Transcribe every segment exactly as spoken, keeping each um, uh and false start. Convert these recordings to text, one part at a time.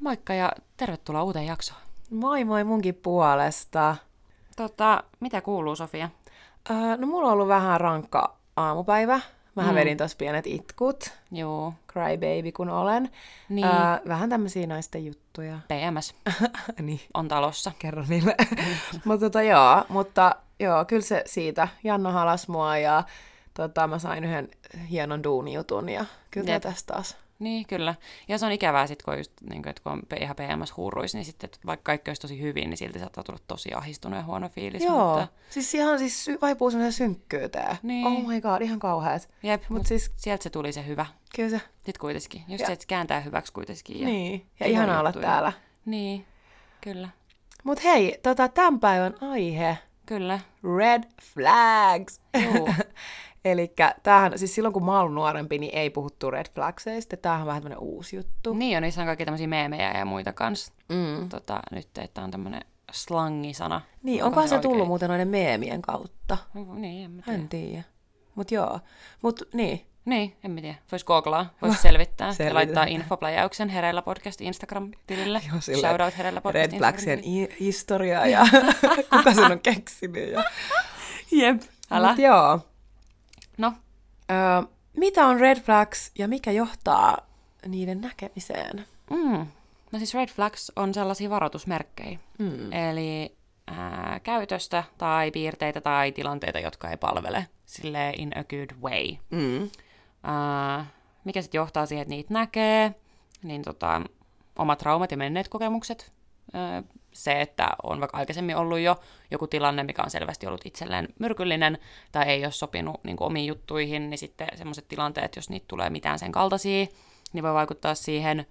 Moikka ja tervetuloa uuteen jaksoon. Moi moi munkin puolesta. Tota, mitä kuuluu, Sofia? Uh, no mulla on ollut vähän rankka aamupäivä. Mähän mm. vedin tossa pienet itkut. Joo. Crybaby kun olen. Niin. Uh, vähän tämmösiä naisten juttuja. P M S niin. on talossa. Kerro niille. mutta tota, joo, mutta joo, kyllä se siitä. Janna halas mua ja tota, mä sain yhden hienon duunijutun ja kyllä Jep. tästä taas. Niin, kyllä. Ja se on ikävää sitten, kun, just, niin kun, että kun on ihan P M S-huuruissa, niin sitten vaikka kaikki olisi tosi hyvin, niin silti saattaa tulla tosi ahdistunut ja huono fiilis. Joo, mutta... siis ihan siis sy- vaipuu semmoisen synkkyyteen. Niin. Oh my god, ihan kauheat. Jep, Mut mutta siis... sieltä se tuli se hyvä. Kyllä se. Sitten kuitenkin. Just ja... se, että se kääntää hyväksi kuitenkin. Ja niin, ja ihanaa olla täällä. Niin, kyllä. Mut hei, tota, tämän päivän aihe. Kyllä. Red flags. Joo. Elikkä tämähän, siis silloin kun mä olin nuorempi, niin ei puhuttu red flagseista. Tämähän on vähän tämmönen uusi juttu. Niin on, niissä on kaikki tämmöisiä meemejä ja muita kanssa. Mm. Tota, nyt, että on tämmönen slangisana. Niin, onkohan se, se tullut muuten noiden meemien kautta? Niin, en mä tiedä. En tiedä. Mut joo. Mut niin. Niin, en mä tiedä. Vois googlaa, vois selvittää. Ja Selvitetään. laittaa infopläjäyksen Hereillä podcast Instagram-tilille. Joo, silleen, Shoutout Hereillä podcast red flagsien i- historiaa ja kuka sen on keksinyt. Ja... Jep, älä. Mut joo. No. Öö, mitä on red flags ja mikä johtaa niiden näkemiseen? Mm. No siis red flags on sellaisia varoitusmerkkejä. Mm. Eli ää, käytöstä tai piirteitä tai tilanteita, jotka ei palvele silleen in a good way. Mm. Ää, mikä sitten johtaa siihen, että niitä näkee, niin tota, omat traumat ja menneet kokemukset. Ää, se, että on vaikka aikaisemmin ollut jo joku tilanne, mikä on selvästi ollut itselleen myrkyllinen tai ei ole sopinut niin kuin omiin juttuihin, niin sitten semmoiset tilanteet, jos niitä tulee mitään sen kaltaisia, niin voi vaikuttaa siihen.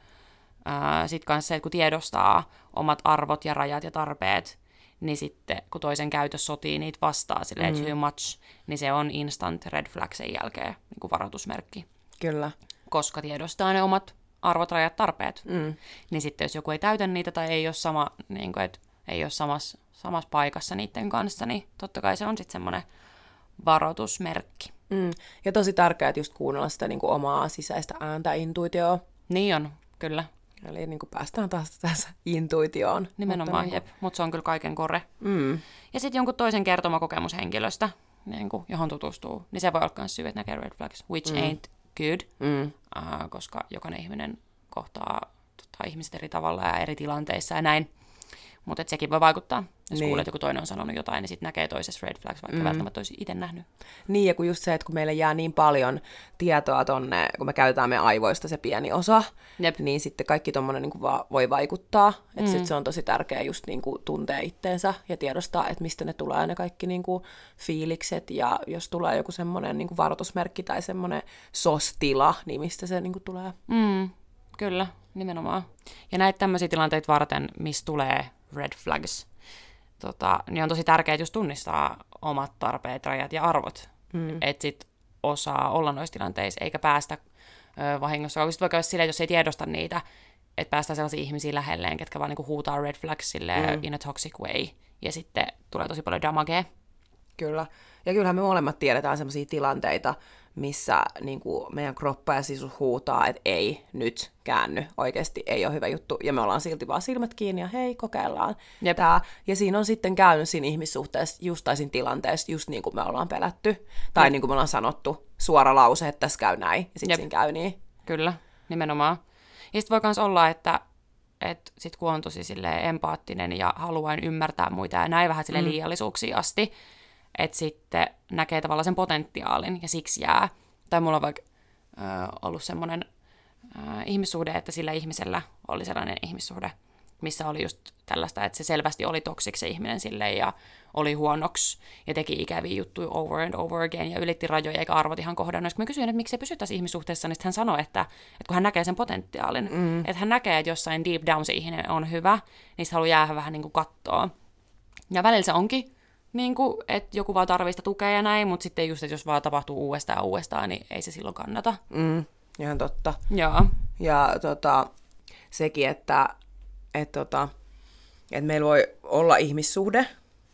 Sitten kanssa se, että kun tiedostaa omat arvot ja rajat ja tarpeet, niin sitten kun toisen käytös sotii niitä vastaan silleen, mm. too much, niin se on instant red flag sen jälkeen, niin kuin varoitusmerkki. Kyllä. Koska tiedostaa ne omat arvot, rajat, tarpeet. Mm. Niin sitten jos joku ei täytä niitä tai ei ole, sama, niin kuin, että ei ole samassa, samassa paikassa niiden kanssa, niin totta kai se on sitten semmoinen varoitusmerkki. Mm. Ja tosi tärkeää just kuunnella sitä niin kuin omaa sisäistä ääntä, intuitioa. Niin on, kyllä. Eli niin kuin päästään taas tässä intuitioon. Nimenomaan, mutta, jep. Mutta se on kyllä kaiken kore. Mm. Ja sitten jonkun toisen kertoma kokemus henkilöstä, niin kuin, johon tutustuu, niin se voi olla myös syy, että näkee red flags, which mm. ain't good, mm. uh, koska jokainen ihminen kohtaa tota, ihmiset eri tavalla ja eri tilanteissa ja näin. Mutta sekin voi vaikuttaa. Jos niin. kuulee, että joku toinen on sanonut jotain, niin sitten näkee toisessa red flags, vaikka mm. välttämättä olisi itse nähnyt. Niin, ja kun just se, että kun meille jää niin paljon tietoa tonne, kun me käytetään meidän aivoista se pieni osa, Jep. niin sitten kaikki tommonen niin kuin va- voi vaikuttaa. Että mm. sit se on tosi tärkeää just niin kuin tuntea itteensä ja tiedostaa, että mistä ne tulee ne kaikki niin kuin fiilikset. Ja jos tulee joku semmoinen niin kuin varoitusmerkki tai semmoinen sos-tila, niin mistä se niin kuin tulee. Mm. Kyllä, nimenomaan. Ja näitä tämmöisiä tilanteita varten, missä tulee red flags, tota, niin on tosi tärkeää just tunnistaa omat tarpeet, rajat ja arvot. Mm. Että sit osaa olla noissa tilanteissa, eikä päästä ö, vahingossa. Koska sit voi käydä silleen, jos ei tiedosta niitä, että päästään sellaisia ihmisiä lähelleen, ketkä vaan niinku huutaa red flags silleen, mm. in a toxic way. Ja sitten tulee tosi paljon damagea. Kyllä. Ja kyllähän me molemmat tiedetään sellaisia tilanteita, missä niin kuin meidän kroppa ja sisus huutaa, että ei nyt käänny, oikeasti ei ole hyvä juttu, ja me ollaan silti vaan silmät kiinni, ja hei, kokeillaan tää. Ja siinä on sitten käynyt siinä ihmissuhteessa, just tai siinä tilanteessa, just niin kuin me ollaan pelätty, tai Jep. niin kuin me ollaan sanottu, suora lause, että tässä käy näin, ja sitten siinä käy niin. Kyllä, nimenomaan. Ja sitten voi myös olla, että et sit kun on tosi empaattinen ja haluaa ymmärtää muita, ja näin vähän mm. liiallisuuksiin asti, että sitten näkee tavallaan sen potentiaalin ja siksi jää. Tai mulla on vaikka ö, ollut semmoinen ö, ihmissuhde, että sillä ihmisellä oli sellainen ihmissuhde, missä oli just tällaista, että se selvästi oli toksiksi se ihminen silleen ja oli huonoksi ja teki ikäviä juttuja over and over again ja ylitti rajoja eikä arvot ihan kohdannut. Kun mä kysyin, että miksi se pysyttäisi ihmissuhteessa, niin hän sanoi, että, että kun hän näkee sen potentiaalin, mm. että hän näkee, että jossain deep down se ihminen on hyvä, niin se haluaa jäädä vähän niin kuin kattoon. Ja välillä se onkin, niin kuin, että joku vaan tarvitsee tukea ja näin, mutta sitten just, että jos vaan tapahtuu uudestaan ja uudestaan, niin ei se silloin kannata. Mm, ihan totta. Joo. Ja tota, sekin, että, että, tota, että meillä voi olla ihmissuhde,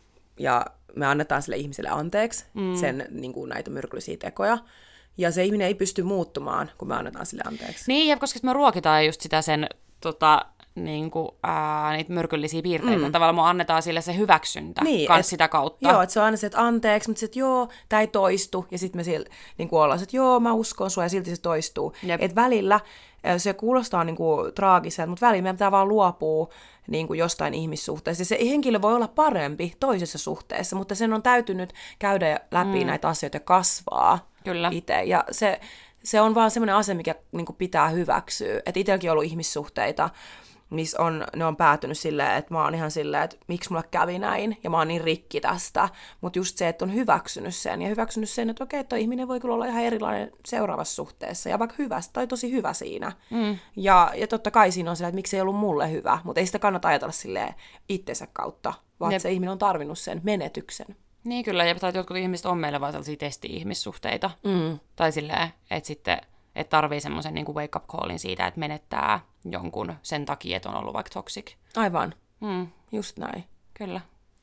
ja me annetaan sille ihmiselle anteeksi mm. sen, niin kuin näitä myrkyllisiä tekoja, ja se ihminen ei pysty muuttumaan, kun me annetaan sille anteeksi. Niin, ja koska me ruokitaan just sitä sen tota, niin kuin, ää, niitä myrkyllisiä piirteitä. Mm. Tavallaan me annetaan sille se hyväksyntä niin, kans et, sitä kautta. Joo, että se on aina se, että anteeksi, mutta sitten joo, tämä ei toistu. Ja sitten me siellä niin ollaan, että joo, mä uskon sua ja silti se toistuu. Että välillä se kuulostaa niin kuin traagiselta, mutta välillä meidän pitää vaan luopua niin kuin jostain ihmissuhteessa. Se henkilö voi olla parempi toisessa suhteessa, mutta sen on täytynyt käydä läpi mm. näitä asioita ja kasvaa itse. Ja se, se on vaan semmoinen asia, mikä niin kuin pitää hyväksyä. Että itselläkin on ollut ihmissuhteita, missä on, ne on päätynyt silleen, että mä oon ihan silleen, että miksi mulle kävi näin, ja mä oon niin rikki tästä. Mutta just se, että on hyväksynyt sen, ja hyväksynyt sen, että okei, toi ihminen voi kyllä olla ihan erilainen seuraavassa suhteessa, ja vaikka hyvä, tai tosi hyvä siinä. Mm. Ja, ja totta kai siinä on silleen, että miksi ei ollut mulle hyvä, mutta ei sitä kannata ajatella silleen itsensä kautta, vaan se ihminen on tarvinnut sen menetyksen. Niin kyllä, ja tai jotkut ihmiset on meillä vaan sellaisia testi-ihmissuhteita. Mm. Tai silleen, että sitten että tarvii semmoisen niin kuin wake-up callin siitä, että menettää jonkun sen takia, että on ollut vaikka toxic. Aivan. Mm. Just näin. Kyllä.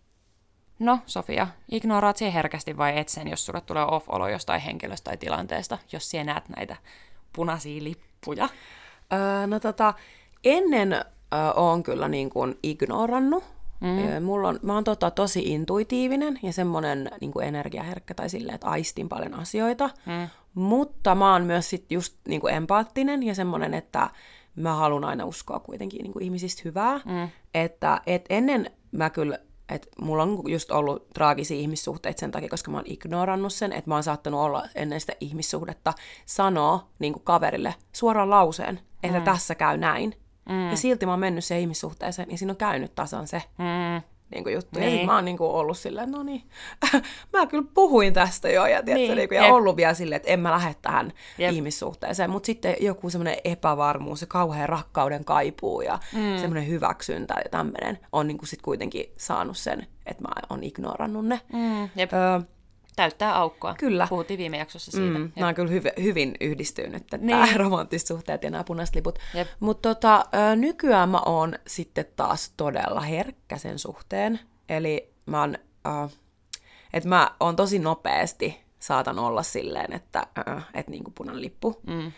No, Sofia, ignoraat sinä herkästi vai et sen, jos sulle tulee off-olo jostain henkilöstä tai tilanteesta, jos sinä näet näitä punaisia lippuja? Öö, no tota, ennen öö, oon kyllä niin kuin ignorannut. Mm. Mulla on, mä oon tota, tosi intuitiivinen ja semmoinen niin kuin energiaherkkä tai silleen, että aistin paljon asioita. Mm. Mutta mä oon myös sit just niin kuin empaattinen ja semmoinen, että mä haluan aina uskoa kuitenkin niin kuin ihmisistä hyvää. Mm. Että et ennen mä kyllä, että mulla on just ollut traagisia ihmissuhteita sen takia, koska mä oon ignorannut sen, että mä oon saattanut olla ennen sitä ihmissuhdetta sanoa niin kuin kaverille suoraan lauseen, että mm. tässä käy näin. Mm. Ja silti mä oon mennyt siihen ihmissuhteeseen, ja siinä on käynyt tasan se mm. niin kuin juttu. Niin. Ja sit mä oon niin kuin ollut silleen, no niin, mä kyllä puhuin tästä jo, ja, tiedätkö, niin. Niin kuin, ja ollut vielä silleen, että en mä lähde tähän Jep. ihmissuhteeseen. Mutta sitten joku semmoinen epävarmuus, se kauhean rakkauden kaipuu, ja mm. semmoinen hyväksyntä ja tämmöinen on niin kuin sit kuitenkin saanut sen, että mä oon ignorannut ne. Mm. Jep. Öö, Täyttää aukkoa. Kyllä. Puhuttiin viime jaksossa siitä. Mm, nämä on kyllä hyv- hyvin yhdistynyt, niin. Nämä romanttiset suhteet ja nämä punaiset liput. Mutta tota, nykyään mä oon sitten taas todella herkkä sen suhteen. Eli mä oon, äh, et mä oon tosi nopeasti saatan olla silleen, että äh, et niinku punainen lippu. Mm.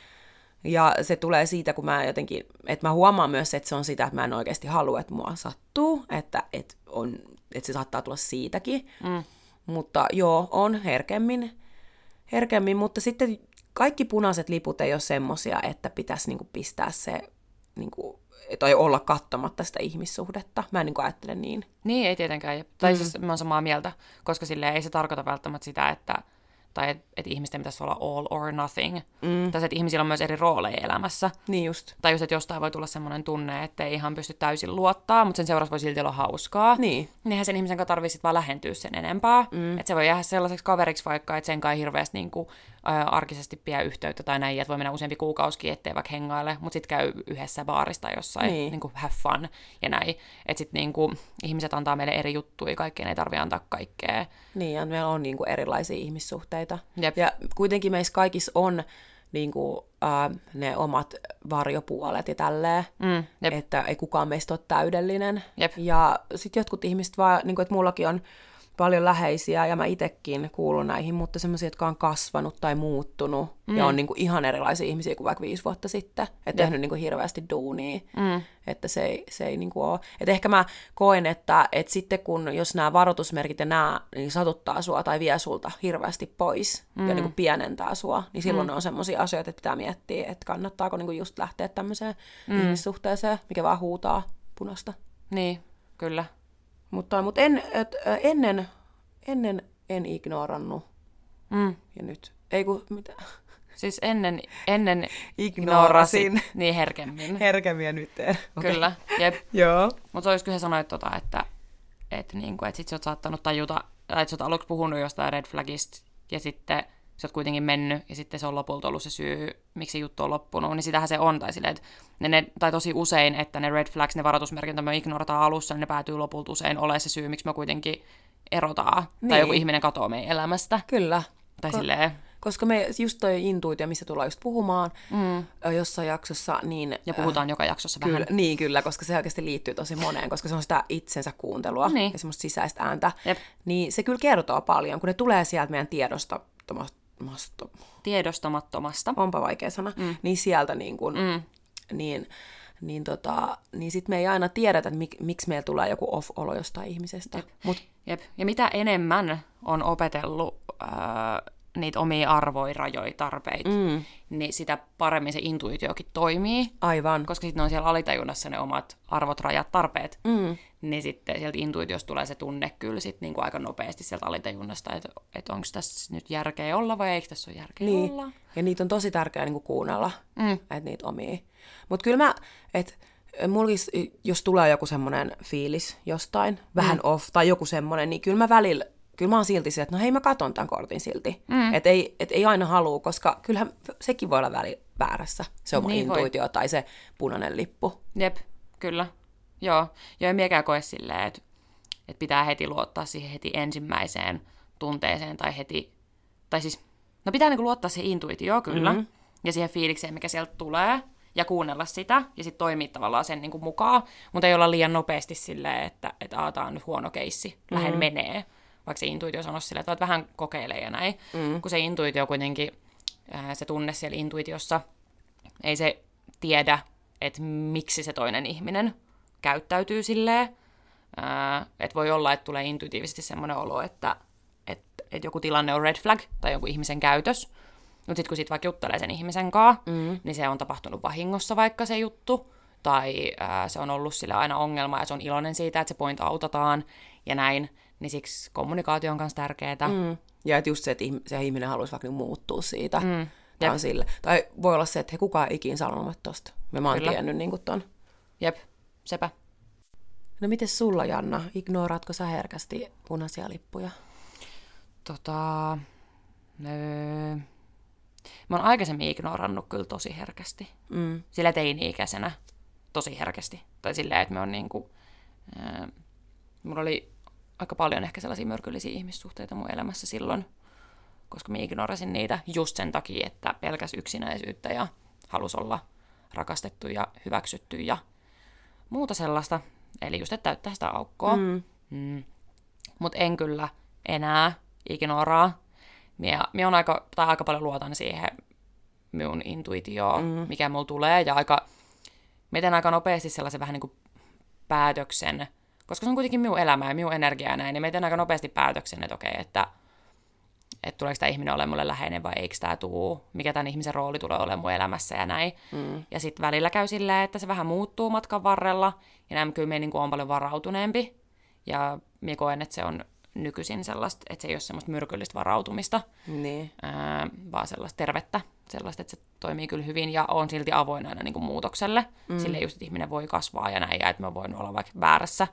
Ja se tulee siitä, kun mä jotenkin, että mä huomaan myös, että se on sitä, että mä en oikeasti halua, että mua sattuu. Että, et on, että se saattaa tulla siitäkin. Mm. Mutta joo, on herkemmin, herkemmin, mutta sitten kaikki punaiset liput ei ole semmosia, että pitäisi niinku pistää se, niinku, tai olla katsomatta sitä ihmissuhdetta. Mä en niinku ajattele niin. Niin, ei tietenkään. Tai mm. siis mä oon samaa mieltä, koska silleen ei se tarkoita välttämättä sitä, että tai että et ihmisten pitäisi olla all or nothing. Mm. Tai että ihmisillä on myös eri rooleja elämässä. Niin just. Tai just, että jostain voi tulla semmoinen tunne, että ei ihan pysty täysin luottaa, mutta sen seurassa voi silti olla hauskaa. Niin. Niinhän sen ihmisen kanssa tarvitsisi vaan lähentyä sen enempää. Mm. Että se voi jäädä sellaiseksi kaveriksi vaikka, että sen kai hirveästi niin kuin, ä, arkisesti pidä yhteyttä tai näin, että voi mennä useampi kuukausikin, ettei vaikka hengaile, mutta sitten käy yhdessä baarista jossain, niin. Niin kuin have fun ja näin. Että sitten niin kuin, ihmiset antaa meille eri juttuja, kaikkeen ei tarvitse antaa kaikkea. Niin, ja meillä on niin kuin erilaisia ihmissuhteita. Jep. Ja kuitenkin meissä kaikissa on niin kuin, äh, ne omat varjopuolet ja tälleen, mm, että ei kukaan meistä ole täydellinen. Jep. Ja sitten jotkut ihmiset vaan, niin kuin, että mullakin on paljon läheisiä, ja mä itsekin kuulun näihin, mutta semmoisia, jotka on kasvanut tai muuttunut, mm. ja on niin kuin ihan erilaisia ihmisiä kuin vaikka viisi vuotta sitten, että tehnyt niin kuin hirveästi duunia, mm. että se ei, se ei niin kuin ole. Että ehkä mä koen, että, että sitten kun, jos nämä varoitusmerkit ja nämä niin satuttaa sua tai vie sulta hirveästi pois, mm. ja niin kuin pienentää sua, niin silloin mm. ne on semmoisia asioita, että pitää miettiä, että kannattaako niin kuin just lähteä tämmöiseen mm. ihmissuhteeseen, mikä vaan huutaa punaista. Niin, kyllä. Mutta, mutta en, et, ennen, ennen en ignorannut. Mm. Ja nyt, ei kun, mitä? Siis ennen, ennen ignorasin. Niin herkemmin. Herkemmin ja nyt en. Okay. Kyllä, jep. Joo. Mutta olisi kyllä sanoit tota, että, että, niinku, että sit sä oot saattanut tajuta, että sä oot aluksi puhunut jostain red flagista, ja sitten sä oot kuitenkin mennyt, ja sitten se on lopulta ollut se syy, miksi juttu on loppunut, niin sitähän se on, tai silleen, että ne, ne, tai tosi usein, että ne red flags, ne varoitusmerkit, mitä me ignorataan alussa, niin ne päätyy lopulta usein olemaan se syy, miksi me kuitenkin erotaan, niin. Tai joku ihminen katoaa meidän elämästä. Kyllä. Tai Ko- silleen. Koska me just toi intuitio, mistä tullaan just puhumaan mm. jossain jaksossa, niin... Ja puhutaan äh, joka jaksossa kyllä, vähän. Niin, kyllä, koska se oikeasti liittyy tosi moneen, koska se on sitä itsensä kuuntelua niin. Ja semmoista sisäistä ääntä. Jep. Niin se kyllä kertoo paljon, kun ne tulee sieltä meidän tiedosta, tiedostamattomasta. Onpa vaikea sana. Mm. Niin sieltä niin, kun, mm. niin niin, tota, niin sitten me ei aina tiedetä, että mik, miksi meillä tulee joku off-olo jostain ihmisestä. Jep. Mut, Jep. Ja mitä enemmän on opetellut ää, niitä omia arvoja, rajoja, tarpeita, mm. niin sitä paremmin se intuitiokin toimii. Aivan. Koska sitten on siellä alitajunnassa ne omat arvot, rajat, tarpeet. Mm. Niin sitten sieltä intuitiosta tulee se tunne kyllä sit niinku aika nopeasti sieltä alitajunnasta, että et onko tässä nyt järkeä olla vai eikö tässä ole järkeä niin. olla. Ja niitä on tosi tärkeää niinku kuunnella, mm. että niitä omia. Mutta kyllä mä, että mulla jos tulee joku semmoinen fiilis jostain, vähän mm. off tai joku semmoinen, niin kyllä mä välillä, kyllä mä oon silti se, että no hei mä katon tämän kortin silti. Mm. Että ei, et ei aina halua, koska kyllähän sekin voi olla välillä väärässä, se oma niin intuitio voi. Tai se punainen lippu. Jep, kyllä. Joo, ja en miekään koe silleen, että, että pitää heti luottaa siihen heti ensimmäiseen tunteeseen tai heti, tai siis, no pitää niinku luottaa siihen intuitioon kyllä, mm-hmm. ja siihen fiilikseen, mikä sieltä tulee, ja kuunnella sitä, ja sitten toimia tavallaan sen niinku mukaan, mutta ei olla liian nopeasti silleen, että, että aah, tää on nyt huono keissi, lähden mm-hmm. menee, vaikka se intuitio sanoisi silleen, että vähän kokeile ja näin, mm-hmm. kun se intuitio kuitenkin, se tunne siellä intuitiossa, ei se tiedä, että miksi se toinen ihminen käyttäytyy silleen, että voi olla, että tulee intuitiivisesti semmoinen olo, että, että, että joku tilanne on red flag tai joku ihmisen käytös, mutta sitten kun sit vaikka juttelee sen ihmisen kanssa, mm. niin se on tapahtunut vahingossa vaikka se juttu, tai ää, se on ollut sillä aina ongelma ja se on iloinen siitä, että se point autataan ja näin, niin siksi kommunikaatio on myös tärkeää. Mm. Ja että just se, että se ihminen haluaisi vaikka muuttua siitä. Mm. On sille. Tai voi olla se, että he kukaan ei ikinä sanonut tosta. Mä oon tiennyt niin kuin ton. Jep, sepä. No miten sulla, Janna? Ignoraatko sä herkästi punaisia lippuja? Tota... Öö, mä oon aikaisemmin ignorannut kyllä tosi herkästi. Mm. Sillä teini-ikäisenä tosi herkästi. Tai silleen, että me on niinku... Öö, mulla oli aika paljon ehkä sellaisia myrkyllisiä ihmissuhteita mun elämässä silloin, koska mä ignorasin niitä just sen takia, että pelkäs yksinäisyyttä ja halusi olla rakastettu ja hyväksytty ja muuta sellaista. Eli just, että täyttää sitä aukkoa. Mm. Mm. Mutta en kyllä enää ignoraa. Mie, mie on aika, tai aika paljon luotan siihen minun intuitioon, mm. mikä mulla tulee. Ja aika, mie teen aika nopeasti sellaisen vähän niin kuin päätöksen, koska se on kuitenkin minun elämä ja minun energia ja näin, niin mie teen aika nopeasti päätöksen, että okei, että että tuleeko tämä ihminen olemaan mulle läheinen vai eikö tämä tuu, mikä tämän ihmisen rooli tulee olemaan mun elämässä ja näin. Mm. Ja sitten välillä käy silleen, että se vähän muuttuu matkan varrella, ja näin kyllä me niin on paljon varautuneempi, ja minä koen, että se on nykyisin sellaista, että se ei ole semmoista myrkyllistä varautumista, niin. ää, vaan sellaista tervettä, sellaista, että se toimii kyllä hyvin, ja on silti avoin aina niin kuin muutokselle, mm. silleen just, että ihminen voi kasvaa ja näin, ja että mä voin olla vaikka väärässä,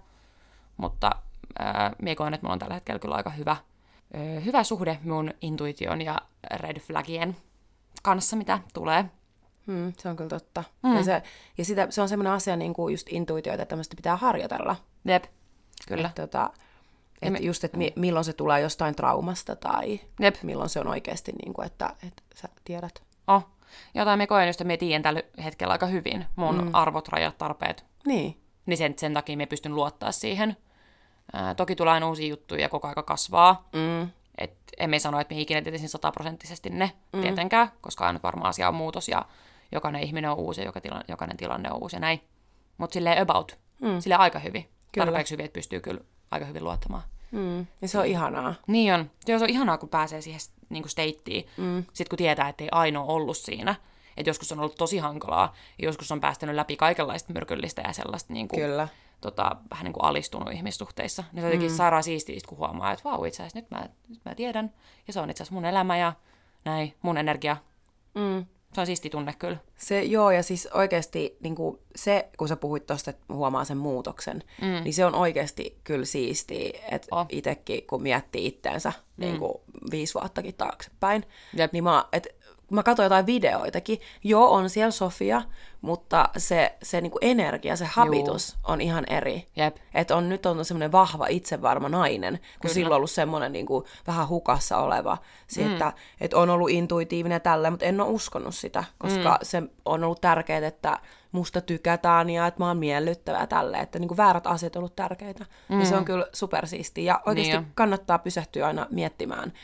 mutta ää, minä koen, että mulla on tällä hetkellä kyllä aika hyvä, hyvä suhde mun intuition ja red flagien kanssa, mitä tulee. Hmm, se on kyllä totta. Mm. Ja, se, ja sitä, se on semmoinen asia, niin kuin just intuitioita, että tämmöistä pitää harjoitella. Jep, kyllä. Että tota, et me, just, että mi, milloin se tulee jostain traumasta tai Jep. milloin se on oikeasti, niin kuin, että, että sä tiedät. Oh. Jotain me koen just, että me tiedän tällä hetkellä aika hyvin mun mm. arvot, rajat, tarpeet. Niin. Niin sen, sen takia me pystyn luottaa siihen. Ää, toki tulee aina uusia juttuja ja koko aika kasvaa. Mm. Et emme sano, että me ikinä tietäisin sataprosenttisesti ne mm. tietenkään, koska aina varmaan asia on muutos ja jokainen ihminen on uusi ja joka tila, jokainen tilanne on uusi ja näin. Mutta silleen about, mm. silleen aika hyvin. Kyllä. Tarpeeksi hyvin, että pystyy kyllä aika hyvin luottamaan. Mm. Ja se on ihanaa. Niin on. Se on ihanaa, kun pääsee siihen niin steittiin, mm. sitten kun tietää, että ei ainoa ollut siinä. Että joskus on ollut tosi hankalaa ja joskus on päästänyt läpi kaikenlaista myrkyllistä ja sellaista niin kuin, Kyllä. Tota, vähän niin kuin alistunut ihmissuhteissa. Niin se on jotenkin mm. sairaan siistiä, kun huomaa, että vau, itse asiassa nyt mä, nyt mä tiedän. Ja se on itse asiassa mun elämä ja näin, mun energia. Mm. Se on siisti tunne kyllä. Se, joo, ja siis oikeasti niin kuin se, kun sä puhuit tuosta, että huomaa sen muutoksen, mm. niin se on oikeasti kyllä siistiä, että oh. itsekin, kun miettii itteensä mm. niin kuin viisi vuottakin taaksepäin, Jep. niin mä, et, mä katsoin jotain videoitakin, joo, on siellä Sofia, mutta se, se niinku energia, se habitus Juu. on ihan eri. Että on, nyt on semmoinen vahva, itsevarma nainen, kun Kyllä. silloin on ollut semmoinen niinku, vähän hukassa oleva. Se, mm. että, että on ollut intuitiivinen tällä, mutta en ole uskonut sitä, koska mm. se on ollut tärkeää, että musta tykätään ja että mä oon miellyttävää tälle, että niinku väärät asiat on ollut tärkeitä. Mm. Ja se on kyllä supersiistiä. Ja oikeasti niin kannattaa pysähtyä aina miettimään,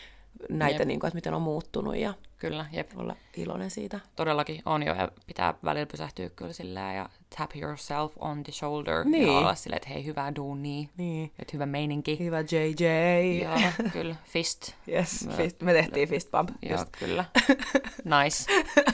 näitä, niin kuin, että miten on muuttunut ja kyllä, jep. olla iloinen siitä. Todellakin on jo, ja pitää välillä pysähtyä kyllä silleen, ja tap yourself on the shoulder, niin. ja olla silleen, että hei, hyvää duunia, niin. että hyvä meininki. Hyvä J J. Joo, kyllä, fist. Yes, fist. Me tehtiin fist bump. Joo, just. kyllä. Nice.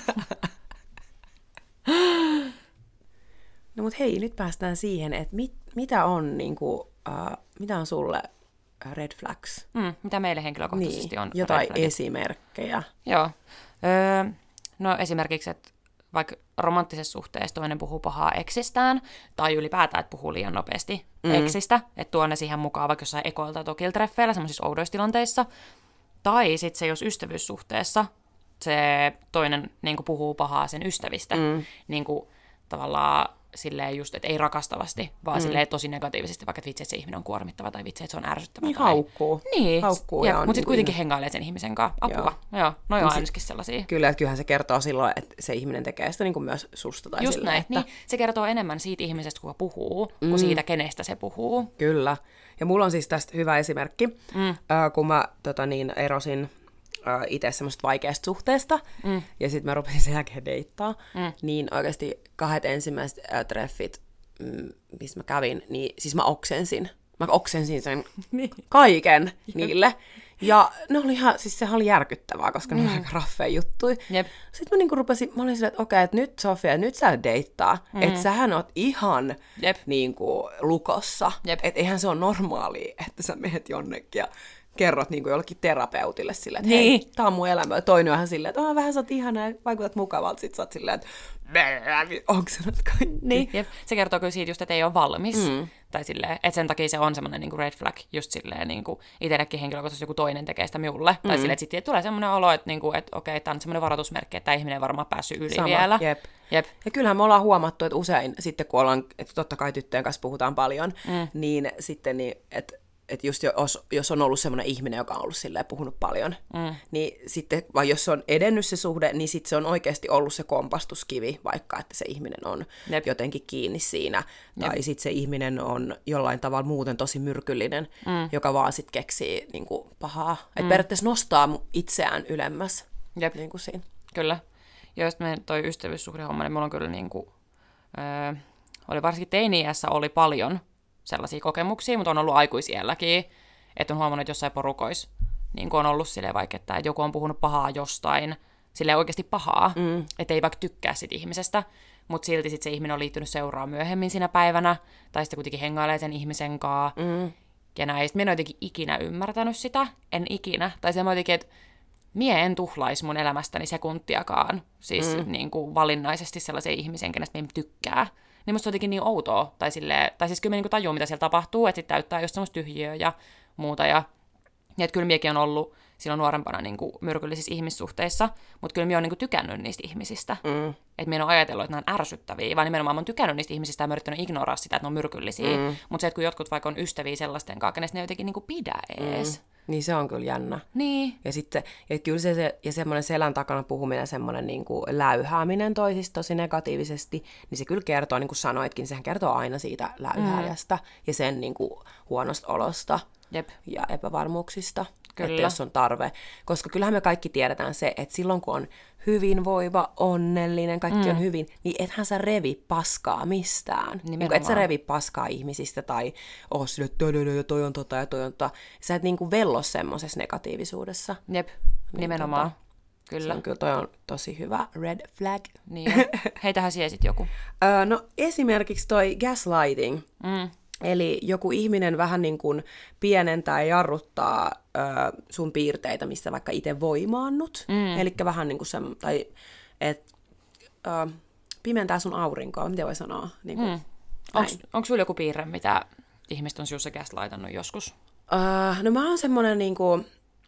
No mut hei, nyt päästään siihen, että mit, mitä on niinku, uh, mitä on sulle red flags? Mm, mitä meille henkilökohtaisesti niin, on jotain red flagit? esimerkkejä. Joo. Öö, no esimerkiksi, että vaikka romanttisessa suhteessa toinen puhuu pahaa eksistään, tai ylipäätään, että puhuu liian nopeasti mm. eksistä, että tuo ne siihen mukaan vaikka jossain ekoilta tai tokiltreffeillä, semmoisissa oudoissa tilanteissa. Tai sitten se, jos ystävyyssuhteessa se toinen niin kuin puhuu pahaa sen ystävistä, mm. niin kuin tavallaan silleen just, että ei rakastavasti, vaan mm. silleen tosi negatiivisesti, vaikka vitsi, että se ihminen on kuormittava tai vitsi, että se on ärsyttävä. Niin tai... haukkuu. Niin, haukkuu ja, ja mutta sitten niin kuitenkin hengailee sen ihmisen kanssa. Apua. Joo, Joo. No on ainakin sellaisia. Kyllä, että kyllähän se kertoo silloin, että se ihminen tekee sitä niin kuin myös susta. Tai just silleen, näin, että... niin. Se kertoo enemmän siitä ihmisestä, kuka puhuu, mm. kuin siitä, kenestä se puhuu. Kyllä. Ja mulla on siis tästä hyvä esimerkki, mm. äh, kun mä tota niin, erosin äh, itse semmoista vaikeasta suhteesta, mm. ja sitten mä rupesin sen jälkeen deittaa, mm. niin oikeasti kahdet ensimmäiset äh, treffit, mm, missä mä kävin, niin siis mä oksensin. Mä oksensin sen kaiken niille. Ja ne oli ihan, siis sehän oli järkyttävää, koska mm. ne oli aika raffeja juttuja. Jep. Sitten mä niinku rupesin, mä olin silleen, että okei, okay, että nyt Sofia, nyt sä deittaa. Mm. Että sähän oot ihan Jep. niinku lukossa. Että eihän se ole normaalia, että sä menet jonnekin ja kerrot niinku jollekin terapeutille silleen, että niin. hei, tää on mun elämä. Ja toinen on ihan silleen, että vähän sä oot ihana ja vaikutat mukavalta. Sit sä oot silleen, että oksenat kaikki. Niin, jep. Se kertoo kyllä siitä just, että ei ole valmis. Mm. Tai silleen, että sen takia se on semmoinen niinku red flag, just silleen niinku itsellekin henkilökohtaisesti joku toinen tekee sitä minulle. Mm. Tai silleen, että sitten tulee semmoinen olo, että, niinku, että okei, tämä on semmoinen varoitusmerkki, että tämä ihminen ei varmaan päässyt yli Sama, vielä. Jep. Jep. Ja kyllähän me ollaan huomattu, että usein sitten kun ollaan, että totta kai tyttöjen kanssa puhutaan paljon, mm. niin sitten niin, että että just jos, jos on ollut semmoinen ihminen, joka on ollut silleen puhunut paljon, mm. niin sitten, vai jos se on edennyt se suhde, niin sitten se on oikeasti ollut se kompastuskivi, vaikka että se ihminen on Jep. jotenkin kiinni siinä. Jep. Tai sitten se ihminen on jollain tavalla muuten tosi myrkyllinen, mm. joka vaan sitten keksii niin kuin pahaa. Mm. Että periaatteessa nostaa itseään ylemmäs. Jep. Niin kuin siinä. Kyllä. Ja just meidän toi ystävyyssuhdehomma, niin mulla on kyllä niin kuin, öö, oli varsinkin teini-iässä oli paljon sellaisia kokemuksia, mutta on ollut aikuisielläkin, että on huomannut, että jossain porukoissa niin on ollut silleen vaikka, että joku on puhunut pahaa jostain, silleen oikeasti pahaa, mm. että ei vaikka tykkää sit ihmisestä, mutta silti sit se ihminen on liittynyt seuraan myöhemmin siinä päivänä, tai sitten kuitenkin hengailee sen ihmisen kanssa, mm. ja näin. Sitten minä en jotenkin ikinä ymmärtänyt sitä, en ikinä, tai se mä jotenkin, että mie en tuhlaisi mun elämästäni sekuntiakaan, siis mm. niin kuin valinnaisesti sellaisen ihmisen, kenestä me ei tykkää. Niin musta se on jotenkin niin outoa, tai, silleen, tai siis kyllä me niinku tajuu, mitä siellä tapahtuu, että sitten täyttää just semmoista tyhjiöä ja muuta, ja, ja että kyllä miekin on ollut silloin nuorempana niinku myrkyllisissä ihmissuhteissa, mutta kyllä mie on niinku tykännyt niistä ihmisistä, mm. että mie en ole ajatellut, että nämä on ärsyttäviä, vaan nimenomaan mä oon tykännyt niistä ihmisistä ja mä oon yrittänyt ignoraa sitä, että ne on myrkyllisiä, mm. mutta se, että kun jotkut vaikka on ystäviä sellaisten kanssa, kenestä ne jotenkin niinku pidä ees. Mm. Niin se on kyllä jännä. Niin. Ja sitten, ja kyllä se, se ja semmoinen selän takana puhuminen, semmoinen niin kuin läyhääminen toisista tosi negatiivisesti, niin se kyllä kertoo, niin kuin sanoitkin, sehän kertoo aina siitä läyhääjästä mm. ja sen niin kuin huonosta olosta Jep. ja epävarmuuksista, kyllä. että jos on tarve. Koska kyllähän me kaikki tiedetään se, että silloin kun on hyvinvoiva, onnellinen, kaikki mm. on hyvin, niin ethän sä revi paskaa mistään. Niin et sä revi paskaa ihmisistä tai oo sille, että toi on tota ja toi on tota. Sä et niinku vello semmosessa negatiivisuudessa. Jep, niin nimenomaan. Tota, kyllä. Se on kyllä, toi on tosi hyvä red flag. Niin hei, tähän siesit joku. uh, no esimerkiksi toi gaslighting. Mm. Eli joku ihminen vähän niin kuin pienentää ja jarruttaa ö, sun piirteitä, missä vaikka itse voimaannut. Mm. Eli vähän niin kuin se, tai et, ö, pimentää sun aurinkoa, miten voi sanoa? Niin kuin, mm. Onko sulla joku piirre, mitä ihmiset on sinussa gaslightannut joskus? Ö, no mä oon semmoinen niin kuin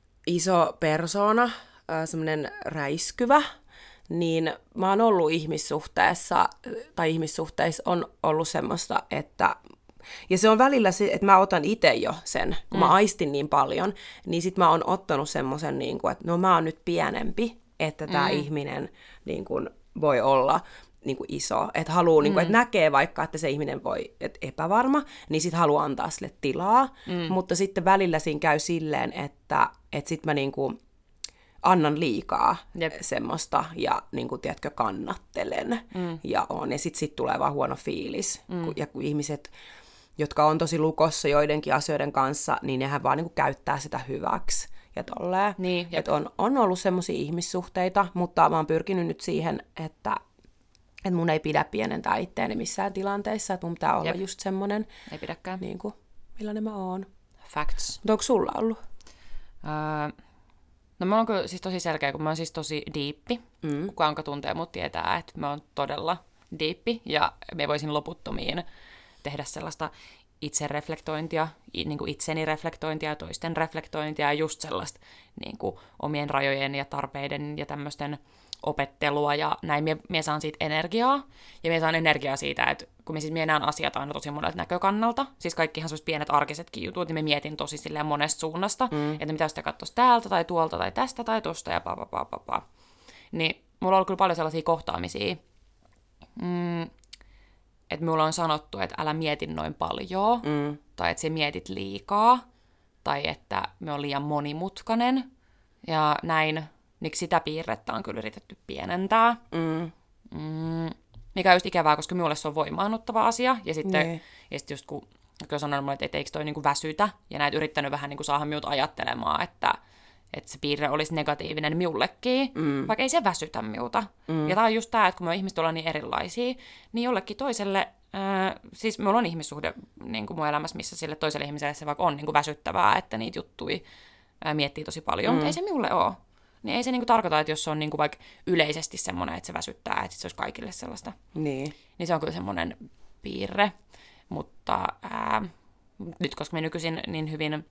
iso persoona, semmoinen räiskyvä. Niin mä oon ollut ihmissuhteessa, tai ihmissuhteissa on ollut semmoista, että ja se on välillä se, että mä otan itse jo sen, kun mm. mä aistin niin paljon, niin sit mä oon ottanut semmoisen, niin kuin, että no mä oon nyt pienempi, että tää mm. ihminen niin kuin, voi olla niin kuin iso. Että haluu, mm. niin kuin, että näkee vaikka, että se ihminen voi, että epävarma, niin sit haluaa antaa sille tilaa. Mm. Mutta sitten välillä siinä käy silleen, että, että sit mä niin kuin, annan liikaa Jep. semmoista ja niin kuin, tiedätkö, kannattelen mm. ja on. Ja sitten sit tulee vaan huono fiilis. Mm. Ja kun ihmiset, jotka on tosi lukossa joidenkin asioiden kanssa, niin nehän vaan niin kuin, käyttää sitä hyväksi. Ja tolleen. Niin, että on, on ollut semmoisia ihmissuhteita, mutta mä oon pyrkinyt nyt siihen, että et mun ei pidä pienentää itteeni missään tilanteissa, että mun pitää olla Jep. just semmoinen, ei pidäkään. Niin kuin, millainen mä oon. Facts. Mutta onko sulla ollut? Öö, no mä oon kyllä siis tosi selkeä, kun mä oon siis tosi diippi. Mm. Kukaan, joka tuntee mut, tietää, että mä oon todella diippi ja me voisin loputtomiin tehdä sellaista itsereflektointia, niin kuin itseni reflektointia ja toisten reflektointia ja just sellaista niin kuin omien rajojen ja tarpeiden ja tämmöisten opettelua ja näin. Mie, mie saan siitä energiaa ja mie saan energiaa siitä, että kun me siis mie näen asiat aina tosi monelta näkökannalta, siis kaikki ihan sellaiset pienet arkisetkin jutut, niin me mietin tosi silleen monesta suunnasta, mm. että mitä jos te katsoisi täältä tai tuolta tai tästä tai tosta ja pa pa pa pa pa. Niin mulla on ollut kyllä paljon sellaisia kohtaamisia, mm, että mulla on sanottu, että älä mieti noin paljon, mm. tai että sä mietit liikaa, tai että me on liian monimutkainen, ja näin, niin sitä piirrettä on kyllä yritetty pienentää. Mm. Mm, mikä on just ikävää, koska minulle se on voimaannuttava asia, ja sitten, nee. ja sitten just kun, kun sanon mulle, että eikö toi niinku väsytä, ja näitä yrittänyt vähän niinku saada minut ajattelemaan, että että se piirre olisi negatiivinen minullekin, mm. vaikka ei se väsytä minulta. Mm. Ja tämä on just tämä, että kun me ihmiset ollaan niin erilaisia, niin jollekin toiselle, äh, siis minulla on ihmissuhde niin kuin mun elämässä, missä sille toiselle ihmiselle se vaikka on niin kuin väsyttävää, että niitä juttuja äh, miettii tosi paljon, mm. mutta ei se minulle ole. Niin ei se niin kuin tarkoita, että jos se on niin kuin vaikka yleisesti semmoinen, että se väsyttää, että se olisi kaikille sellaista. Niin. Niin se on kyllä semmoinen piirre, mutta äh, nyt koska me nykyisin niin hyvin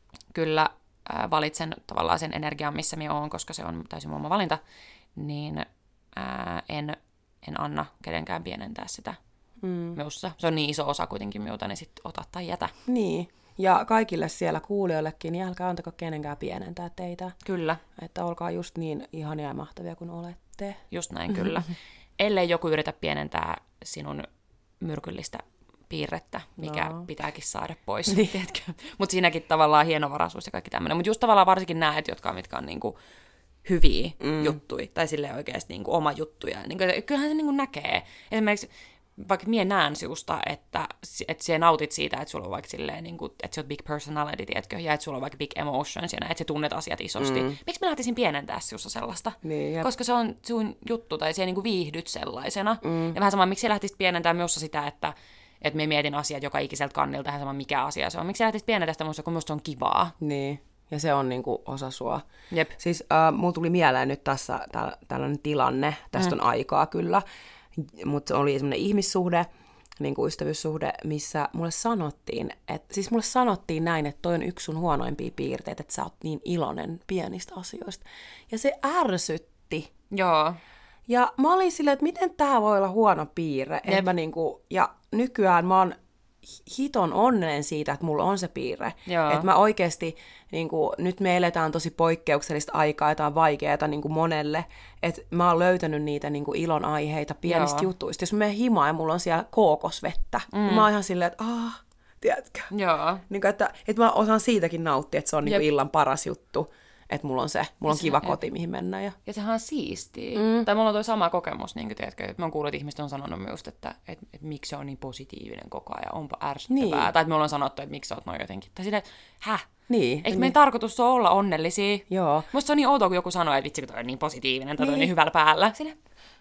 kyllä valitsen tavallaan sen energian, missä minä olen, koska se on täysin oma valinta, niin ää, en, en anna kenenkään pienentää sitä mm. minussa. Se on niin iso osa kuitenkin minulta, niin sitten ota tai jätä. Niin, ja kaikille siellä kuulijoillekin, niin älkää antako kenenkään pienentää teitä. Kyllä. Että olkaa just niin ihania ja mahtavia kuin olette. Just näin, kyllä. Ellei joku yritä pienentää sinun myrkyllistä piirrettä, mikä no. pitääkin saada pois, niin. Tiedätkö? Mutta siinäkin tavallaan hienovaraisuus ja kaikki tämmöinen. Mutta just tavallaan varsinkin nämä, jotka, mitkä on niinku hyviä mm. juttuja, tai silleen oikeasti niinku oma juttuja. Niinku, kyllähän se niinku näkee. Esimerkiksi vaikka mie näen sinusta, että, että sinä nautit siitä, että sulla on vaikka silleen, niinku, että sinä olet big personality, tiedätkö? Ja että sulla on vaikka big emotions ja näin, että sinä tunnet asiat isosti. Mm. Miksi mä lähtisin pienentää sinusta sellaista? Niin, koska se on sun juttu, tai sinä niinku viihdyt sellaisena. Mm. Ja vähän sama, miksi sinä lähtisit pienentää minusta sitä, että että me mietin asiat joka ikiseltä kannilta, ihan sama mikä asia se on. Miksi sä lähtisit pienentää sitä minusta, kun minusta se on kivaa? Niin, ja se on niinku osa sua. Jep. Siis äh, mulla tuli mieleen nyt tässä täl, tällainen tilanne, tästä mm. on aikaa kyllä, mutta oli semmoinen ihmissuhde, niin kuin ystävyyssuhde, missä mulle sanottiin, että siis mulle sanottiin näin, että toi on yksi sun huonoimpia piirteitä, että sä oot niin iloinen pienistä asioista. Ja se ärsytti. Joo. Ja mä olin silleen, että miten tää voi olla huono piirre. Että mä niinku, ja nykyään mä oon hiton onnellinen siitä, että mulla on se piirre. Joo. Että mä oikeasti, niinku, nyt me eletään tosi poikkeuksellista aikaa, että on vaikeaa niinku monelle. Että mä oon löytänyt niitä niinku ilon aiheita pienistä Joo. jutuista. Jos mä menen himaan ja mulla on siellä kookosvettä, mm. niin mä oon ihan silleen, että aah, tiedätkö? Joo. Niinku, että, että mä osaan siitäkin nauttia, että se on niinku illan paras juttu. Että mulla on se, mulla on se, kiva koti, mihin mennä. Ja, ja sehän on siistiä. Mm. Tai mulla on toi sama kokemus, niin kuin tiedätkö, että mä oon kuullut, että ihmiset on sanonut myös, että, että, että miksi se on niin positiivinen koko ajan, onpa ärsyttävää. Niin. Tai että mulla on sanottu, että miksi sä oot noin jotenkin. Tai silleen, että häh? Niin. Eikö niin. meidän tarkoitus ole olla onnellisia? Joo. Musta se on niin outoa, kun joku sanoo, että vitsi, kun toi on niin positiivinen, tai niin. toi on niin hyvällä päällä. Silleen,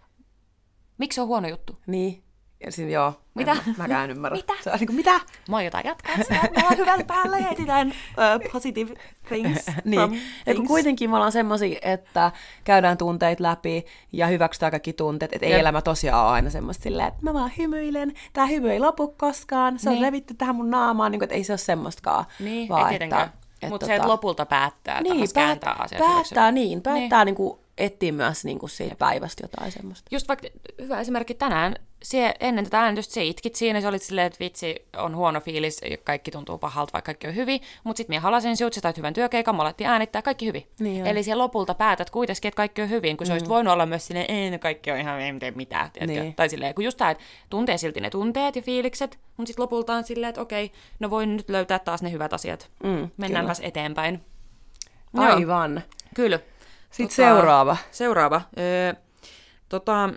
miksi se on huono juttu? Niin. Ja siinä, joo, mitä? En, mäkään en ymmärrä. Mitä? Se on niin kuin, mitä? Mä oon jotain jatkaa sitä, me ollaan hyvällä päällä ja etsitään uh, positive things niin. from ja kun kuitenkin me ollaan semmosia, että käydään tunteet läpi ja hyväksytään kaikki tunteet, että ei Jep. elämä tosiaan ole aina semmoista silleen, että mä vaan hymyilen, tää hymy ei lopu koskaan, se niin. on revitty tähän mun naamaan, niin kuin, että ei se ole semmoistakaan. Niin, vaan, ei tietenkään. Mutta se, että lopulta päättää niin, taas päät- kääntää asioita. Päättää niin, päättää niin. Niin etsiä myös niin kuin siitä päivästä jotain semmoista. Just vaikka hyvä esimerkki tänään, sie, ennen tätä äänitystä se itkit siinä, se olit silleen, että vitsi, on huono fiilis, kaikki tuntuu pahalta, vaikka kaikki on hyvin, mutta sitten minä halasin sinut, sä tait hyvän työkeikan, mä alettiin äänittää, kaikki hyvin. Niin eli siellä lopulta päätät kuitenkin, että kaikki on hyvin, kun mm. se olisi voinut olla myös silleen, ei, no kaikki on ihan, ei tee mitään, niin. Tai silleen, kun just tämä, että tuntee silti ne tunteet ja fiilikset, mutta sitten lopulta on silleen, että okei, no voin nyt löytää taas ne hyvät asiat, mm, mennäänpäs eteenpäin. Aivan. Joo. Kyllä. Sitten tota, seuraava. Seuraava. Öö, tota,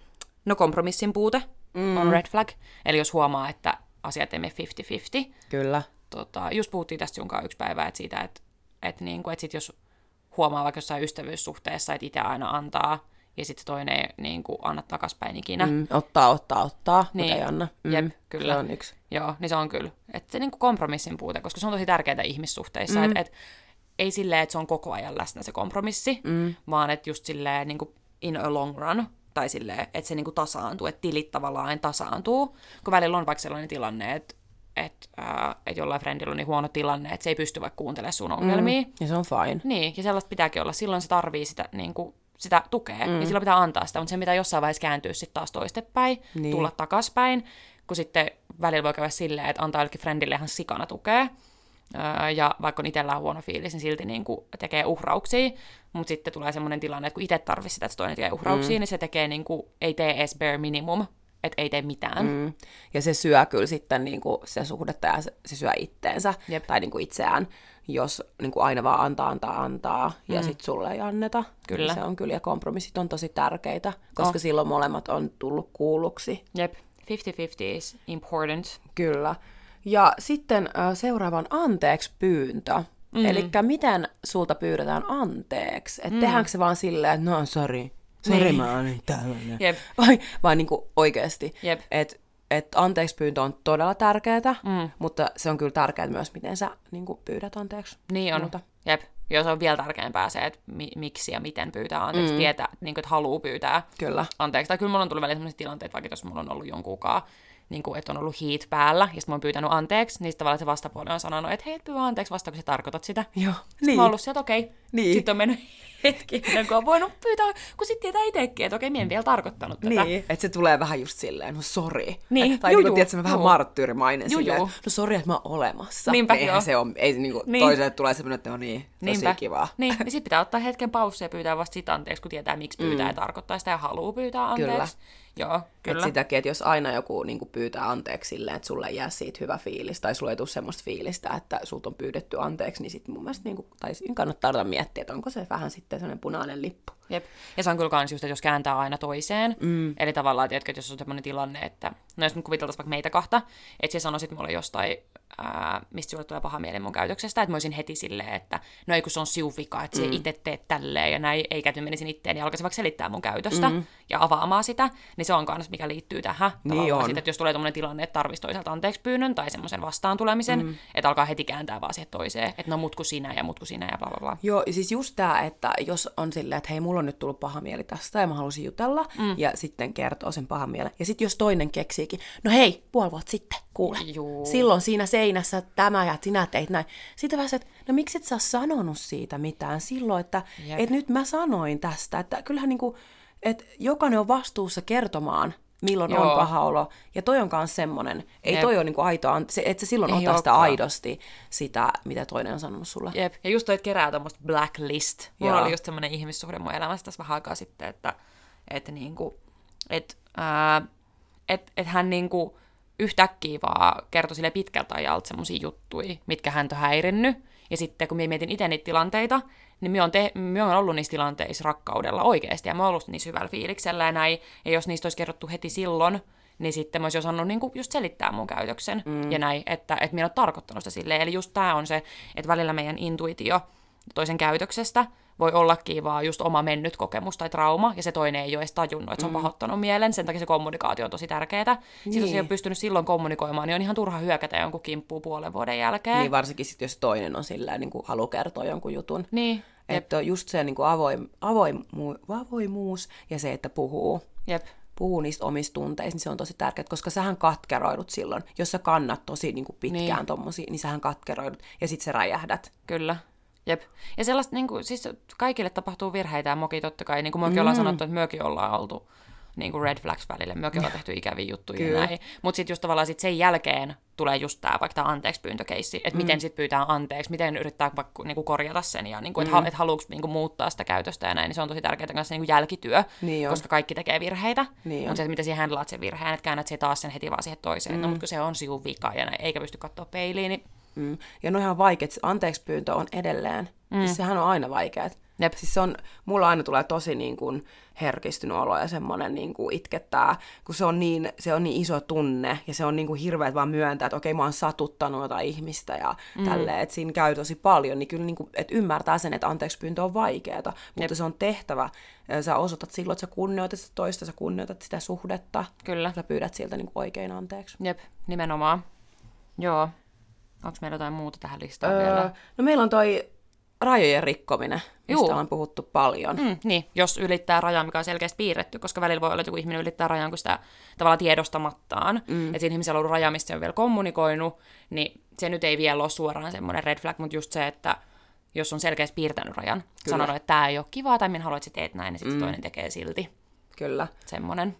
no kompromissin puute mm. on red flag. Eli jos huomaa, että asiat ei mene viisikymmentä viisikymmentä. Kyllä. Tota, just puhuttiin tästä sunkaan yksi päivä, että siitä, että, että, niinku, että sit jos huomaa vaikka jossain ystävyyssuhteessa, että itse aina antaa, ja sitten toinen ei niin kuin, anna takaspäin ikinä. Mm, ottaa, ottaa, ottaa, niin. mutta ei anna. Mm, Jep, kyllä. Se on yksi. Joo, niin se on kyllä. Että se niin kuin kompromissin puute, koska se on tosi tärkeää ihmissuhteissa. Mm. Että et, ei silleen, että se on koko ajan läsnä se kompromissi, mm. vaan että just silleen niin kuin in a long run, tai silleen, että se niin kuin tasaantuu, että tilit tavallaan tasaantuu. Kun välillä on vaikka sellainen tilanne, että että äh, et jollain friendillä on niin huono tilanne, että se ei pysty vaikka kuuntelemaan sun ongelmia. Mm. Ja se on fine. Niin, ja sellaista pitääkin olla. Silloin se tarvii sitä niin kuin sitä tukea, mm. ja silloin pitää antaa sitä, mutta sen pitää jossain vaiheessa kääntyä sitten taas toistepäin, niin. tulla takaspäin, kun sitten välillä voi käydä silleen, että antaa jollekin friendille ihan sikana tukea, öö, ja vaikka on itsellään huono fiilis, niin silti niin kuin tekee uhrauksia, mutta sitten tulee semmoinen tilanne, että kun itse tarvitsisi sitä, että toinen tekee uhrauksia, mm. niin se tekee niin kuin, ei tee edes bare minimum, että ei tee mitään. Mm. Ja se syö kyllä sitten niin kuin sitä suhdetta, ja se, se syö itteensä, Jep. tai niin kuin itseään, jos niin kuin aina vaan antaa, antaa, antaa, ja mm. sitten sulle ei anneta. Kyllä. Se on kyllä, ja kompromissit on tosi tärkeitä, koska oh. silloin molemmat on tullut kuulluksi. Jep, viisikymmentä viisikymmentä is important. Kyllä. Ja sitten äh, seuraavan anteeksi pyyntö. Mm. Eli miten sulta pyydetään anteeksi? Että mm. tehdäänkö se vaan silleen, että no sori, sori niin. mä oon tällainen. Jep. Vai, vai niin kuin oikeasti. Että et anteeksi pyyntö on todella tärkeää, mm. mutta se on kyllä tärkeää myös, miten sä niin kuin pyydät anteeksi. Niin on. Muuta. Jep. Ja se on vielä tärkeämpää se, että mi- miksi ja miten pyytää anteeksi. Mm. Tietää, niin kuin, että haluaa pyytää kyllä. anteeksi. Tai kyllä mulla on tullut välillä sellaisia tilanteita, vaikka jos mulla on ollut jonkunkaan, niin kuin, että on ollut heat päällä, ja sitten mä oon pyytänyt anteeksi, niin sitten tavallaan se vastapuoli on sanonut, että hei, et pyydä anteeksi vasta, kun sä tarkoitat sitä. Joo. Sitten niin. Mä oon ollut sieltä, okei. Okay. Niin. Sitten on mennyt hetki, kun on voinut pyytää, kun sitten tietää itsekin, että okei, okay, mä en vielä tarkoittanut tätä. Niin, että se tulee vähän just silleen, no sori. Niin, tai juu, niin kuin, tiedätkö, vähän marttyyrimainen juu, silleen, juu. no sori, että mä oon olemassa. Niinpä, Eihän joo. se on, ei niin kuin niin. Toiselle tulee semmoinen, että on niin, tosi Niinpä. kivaa. Niin, niin sitten pitää ottaa hetken paussia ja pyytää vasta sitä anteeksi, kun tietää, miksi pyytää mm. ja tarkoittaa sitä ja haluaa pyytää anteeksi. Kyllä. Joo, kyllä. Et sitäkin, että jos aina joku niin kuin pyytää anteeksi silleen, että sulle jää siitä hyvä fiilis, tai sulle ei tule semmoista fiilistä, että sulta on pyydetty anteeksi, niin sitten mun mielestä niin kuin, tai kannattaa odota miettiä, että onko se vähän sitten semmoinen punainen lippu. Jep. Ja se on kyllä kans just, että jos kääntää aina toiseen, mm. eli tavallaan, tiedätkö, että jos on semmoinen tilanne, että, no jos nyt kuviteltaisiin vaikka meitä kahta, että se sanoisit mulle jostain, ää, mistä sulle tulee paha mieli mun käytöksestä, että mä olisin heti silleen, että no ei kun se on siun vika, että se mm. itse teet tälleen ja näin, eikä että menisin itteen, ja alkaisin vaikka selittää mun käytöstä mm. ja avaamaan sitä, niin se on kans, mikä liittyy tähän. Niin on. Sit, että jos tulee tommoinen tilanne, että tarvitsisi toisaalta anteeksi pyynnön tai semmoisen vastaan tulemisen, mm. että alkaa heti kääntää vaan siihen toiseen, että no mut kun sinä ja mut kun sinä ja bla bla bla. Joo, siis just tää, että jos on silleen, että hei, mulla on nyt tullut paha mieli tästä ja mä halusin jutella mm. ja sitten kertoo sen pahan mielen. Ja sitten jos toinen keksiikin, no hei, puoli vuotta sitten, kuule, Juu. silloin siinä seinässä tämä ja sinä teit näin. Sitten vähän se, että no miksi et sä sanonut siitä mitään silloin, että et nyt mä sanoin tästä, että kyllähän niinku, että jokainen on vastuussa kertomaan, milloin Joo. on paha olo. Ja toi on myös semmoinen, ei Jep. toi ole niinku aitoa, että se silloin ei ottaa sitä aidosti, sitä, mitä toinen on sanonut sulle. Jep. Ja just toi, että kerää tommoista blacklist. Mulla oli just semmoinen ihmissuhde mun elämässä tässä vähän aikaa sitten, että et niinku, et, ää, et, et hän niinku yhtäkkiä vaan kertoi sille pitkältä ajalta semmosia juttuja, mitkä häntä on häirinnyt. Ja sitten kun minä mietin itse niitä tilanteita, niin minä olen, te- minä olen ollut niissä tilanteissa rakkaudella oikeasti, ja minä olen ollut niissä hyvällä fiiliksellä ja näin, ja jos niistä olisi kerrottu heti silloin, niin sitten mä olisin osannut niin kuin just selittää mun käytöksen mm. ja näin, että, että minä olen tarkoittanut sitä silleen. Eli just tämä on se, että välillä meidän intuitio toisen käytöksestä voi ollakin vaan just oma mennyt kokemus tai trauma, ja se toinen ei ole edes tajunnut, että se on mm. pahoittanut mielen, sen takia se kommunikaatio on tosi tärkeää. Niin. Sitten jos ei ole pystynyt silloin kommunikoimaan, niin on ihan turha hyökätä jonkun kimppuun puolen vuoden jälkeen. Niin varsinkin sitten, jos toinen on sillä niin kuin haluaa kertoa jonkun jutun. Niin. Että just se niin kuin avoim, avoimu, avoimuus ja se, että puhuu. Jep. puhuu niistä omista tunteista, niin se on tosi tärkeää, koska sähän katkeroidut silloin. Jos sä kannat tosi niin kuin pitkään niin. tommosia, niin sähän katkeroidut ja sit sä räjähdät. Kyllä. Jep. Ja sellaista, niin kuin, siis kaikille tapahtuu virheitä ja moki totta kai, niin kuin mekin mm. ollaan sanottu, että mekin ollaan oltu niin kuin red flags välillä, mekin ollaan tehty ikäviä juttuja ja näin. Mutta sitten just tavallaan sit sen jälkeen tulee just tämä vaikka tämä anteeksi pyyntökeissi, että mm. miten sitten pyytää anteeksi, miten yrittää vaikka niin kuin korjata sen ja niin kuin, että mm. et haluuko niin kuin muuttaa sitä käytöstä ja näin, niin se on tosi tärkeää kanssa niin kuin jälkityö, niin koska kaikki tekee virheitä. Niin mutta se, että miten siihen handlaat sen virheen, että käännät se taas sen heti vaan siihen toiseen. Mm. No, mutta kun se on sinun vika ja näin, eikä pysty katsoa peiliin, niin Mm. Ja no ihan vaikeat, anteeksi pyyntö on edelleen. Mm. Siis sehän on aina vaikeat. Jep. Siis se on, mulla aina tulee tosi niin kuin herkistynyt olo ja semmoinen niin kuin itkettää, kun se on, niin, se on niin iso tunne ja se on niin kuin hirveät vaan myöntää, että okei mä oon satuttanut jotain ihmistä ja mm. tälleen, että siinä käy tosi paljon, niin kyllä niin kuin, että ymmärtää sen, että anteeksi pyyntö on vaikeaa, mutta Jep. se on tehtävä. Ja sä osoitat silloin, että sä kunnioitat sitä toista, sä kunnioitat sitä suhdetta. Kyllä. Sä pyydät siltä niin kuin oikein anteeksi. Jep, nimenomaan. Joo. Onko meillä jotain muuta tähän listaan öö, vielä? No meillä on toi rajojen rikkominen, mistä Juu. on puhuttu paljon. Mm, niin, jos ylittää rajaa, mikä on selkeästi piirretty, koska välillä voi olla, että joku ihminen ylittää rajan, kun sitä tavallaan tiedostamattaan. Mm. Että siinä ihmisellä on ollut raja, mistä se on vielä kommunikoinut, niin se nyt ei vielä ole suoraan semmoinen red flag, mutta just se, että jos on selkeästi piirtänyt rajan, Kyllä. sanonut, että tämä ei ole kivaa, tai minä haluan, että sä teet näin, niin sitten mm. toinen tekee silti. Kyllä. Semmoinen.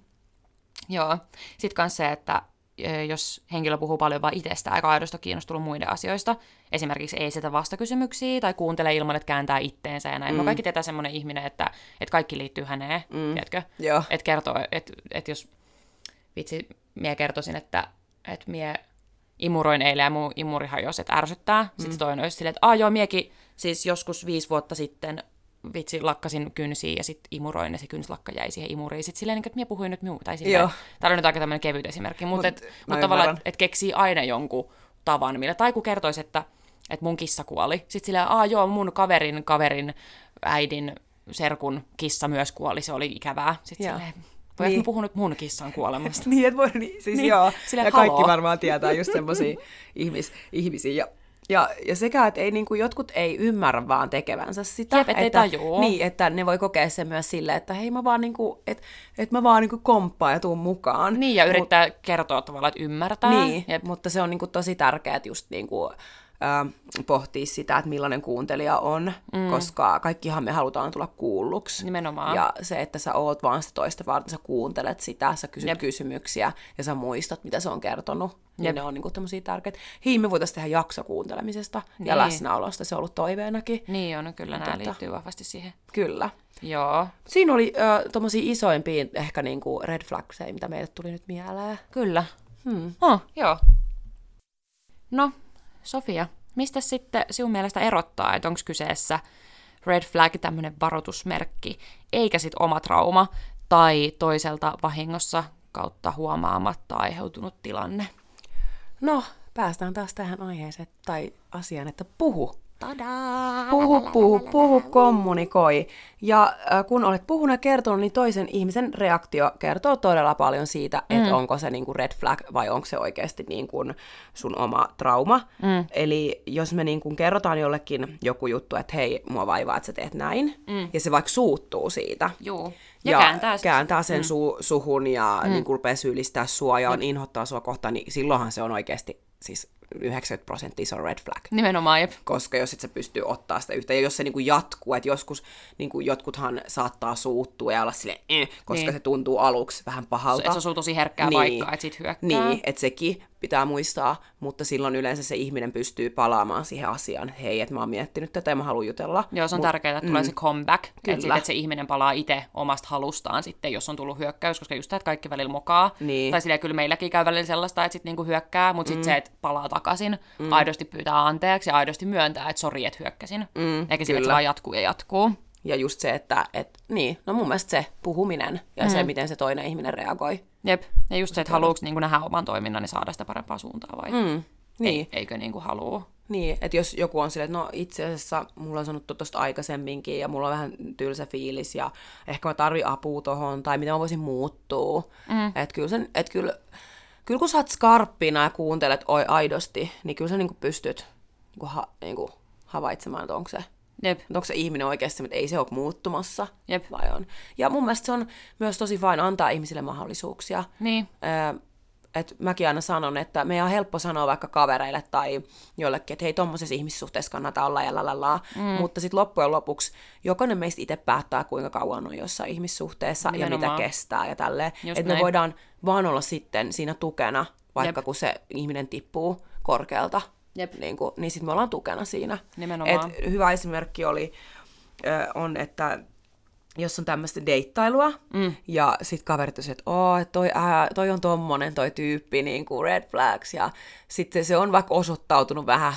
Joo. Sitten myös se, että jos henkilö puhuu paljon vain itsestään, eikä aidosti ole kiinnostunut muiden asioista, esimerkiksi ei sitä vastakysymyksiä tai kuuntele ilman, että kääntää itteensä ja näin. Mm. Me kaikki tietää semmoinen ihminen, että, että kaikki liittyy häneen, mm. tiedätkö? Että kertoo, että, että jos vitsi, mie kertoisin, että, että mie imuroin eilen ja mun imuri hajosi, että ärsyttää. Mm. Sitten toinen olisi silleen, että aah joo, miekin siis joskus viisi vuotta sitten vitsi, lakkasin kynsiä ja sitten imuroin ja se kynslakka jäi siihen imuriin. Sitten silleen, että minä puhuin nyt minun. Tai silleen, tämä oli nyt aika tämmöinen kevyt esimerkki, mutta Mut, et, mut tavallaan, että et keksii aina jonkun tavan, millä, tai kun kertoisi, että, että mun kissa kuoli. Sitten silleen, aa joo, mun kaverin, kaverin, äidin, serkun kissa myös kuoli, se oli ikävää. Sitten silleen, voi niin. puhua nyt mun kissan kuolemasta. niin, että voi, niin, siis niin. joo. Silleen, ja haloo. Kaikki varmaan tietää just semmosia ihmis, ihmisiä. Ja Ja, ja sekä, että ei, niin kuin, jotkut ei ymmärrä vaan tekevänsä sitä. Jep, ettei tajuu. Niin, että ne voi kokea sen myös silleen, että hei mä vaan niin kuin, et, et mä vaan niin kuin komppaan ja tuun mukaan. Niin, ja yrittää Mut, kertoa tavallaan, että ymmärtää. Niin, Jep. mutta se on niin kuin, tosi tärkeää just niin kuin, äh, pohtia sitä, että millainen kuuntelija on, mm. koska kaikkihan me halutaan tulla kuulluksi. Nimenomaan. Ja se, että sä oot vaan sitä toista varten, sä kuuntelet sitä, sä kysyt Jep. kysymyksiä ja sä muistat, mitä se on kertonut. Niin ne on niinku tämmöisiä tärkeitä. Hei, me voitaisiin tehdä jakso kuuntelemisesta niin. ja läsnäolosta. Se on ollut toiveenakin. Niin on, kyllä nämä tota, liittyy vahvasti siihen. Kyllä. Joo. Siinä oli äh, tommosia isoimpia ehkä niinku red flagseja, mitä meille tuli nyt mieleen. Kyllä. Hmm. Oh, joo. No, Sofia, mistä sitten sinun mielestä erottaa, että onko kyseessä red flag, tämmöinen varoitusmerkki, eikä sitten oma trauma tai toiselta vahingossa kautta huomaamatta aiheutunut tilanne? No, päästään taas tähän aiheeseen tai asiaan, että puhu. Tadaa! Puhu, puhu, puhu, kommunikoi. Ja äh, kun olet puhunut ja kertonut, niin toisen ihmisen reaktio kertoo todella paljon siitä, mm. että onko se niinku red flag vai onko se oikeasti niinku sun oma trauma. Mm. Eli jos me niinku kerrotaan jollekin joku juttu, että hei, mua vaivaa, että sä teet näin, mm. ja se vaikka suuttuu siitä. Juu. Ja, ja kääntää, kääntää sen mm. su- suhun ja mm. niin rupeaa syyllistää sua ja on inhottaa sua kohtaan, niin silloinhan se on oikeasti siis yhdeksänkymmentä prosenttia se on red flag. Nimenomaan, jep. Koska jos et sä pystyy ottaa sitä yhtä, ja jos se niinku jatkuu, että joskus niinku jotkuthan saattaa suuttua ja olla silleen, eh, koska niin. se tuntuu aluksi vähän pahalta. Se, se osuu tosi herkkää niin. paikkaa, että sit hyökkää. Niin, että sekin pitää muistaa, mutta silloin yleensä se ihminen pystyy palaamaan siihen asiaan. Hei, että mä oon miettinyt tätä ja mä haluan jutella. Joo, se on Mut, tärkeää, että mm, tulee se comeback, että, sit, että se ihminen palaa itse omasta halustaan sitten, jos on tullut hyökkäys, koska just tämä, että kaikki välillä mokaa. Niin. Tai silleen kyllä meilläkin käy välillä sellaista, että sitten niinku hyökkää, mutta sitten mm. se, että palaa takaisin, mm. aidosti pyytää anteeksi ja aidosti myöntää, että sori, että hyökkäsin. Mm, Eikä sille, että se vaan jatkuu ja jatkuu. Ja just se, että et, niin, no mun mielestä se puhuminen ja mm. se, miten se toinen ihminen reagoi. Jep, ja just se, että haluuks niin nähdä oman toiminnan, niin saada sitä parempaa suuntaa vai mm. niin. Ei, eikö niin kuin halua. Niin, että jos joku on silleen, että no itse asiassa mulla on sanottu tosta aikaisemminkin ja mulla on vähän tylsä fiilis ja ehkä mä tarvin apua tohon tai miten mä voisin muuttua. Mm. Että kyllä, sen, et kyllä, kyllä kun sä oot skarppina ja kuuntelet oi aidosti, niin kyllä sä niinku pystyt niinku ha, niinku havaitsemaan, että onko se Jep. Onko se ihminen oikeasti, että ei se ole muuttumassa, Jep. vai on. Ja mun mielestä se on myös tosi vain antaa ihmisille mahdollisuuksia. Niin. Öö, et mäkin aina sanon, että meidän on helppo sanoa vaikka kavereille tai jollekin, että hei, tommosessa ihmissuhteessa kannattaa olla ja lalala. Mm. Mutta sitten loppujen lopuksi jokainen meistä itse päättää, kuinka kauan on jossain ihmissuhteessa Nimenomaan. ja mitä kestää ja tälleen. Että me voidaan vaan olla sitten siinä tukena, vaikka Jep. kun se ihminen tippuu korkealta. Jep. Niin, kuin, niin sitten me ollaan tukena siinä. Nimenomaan. Et hyvä esimerkki oli, äh, on, että jos on tämmöistä deittailua, mm. ja sitten kaverit on että oh, toi, äh, toi on tommonen toi tyyppi, niin kuin red flags, ja sitten se on vaikka osoittautunut vähän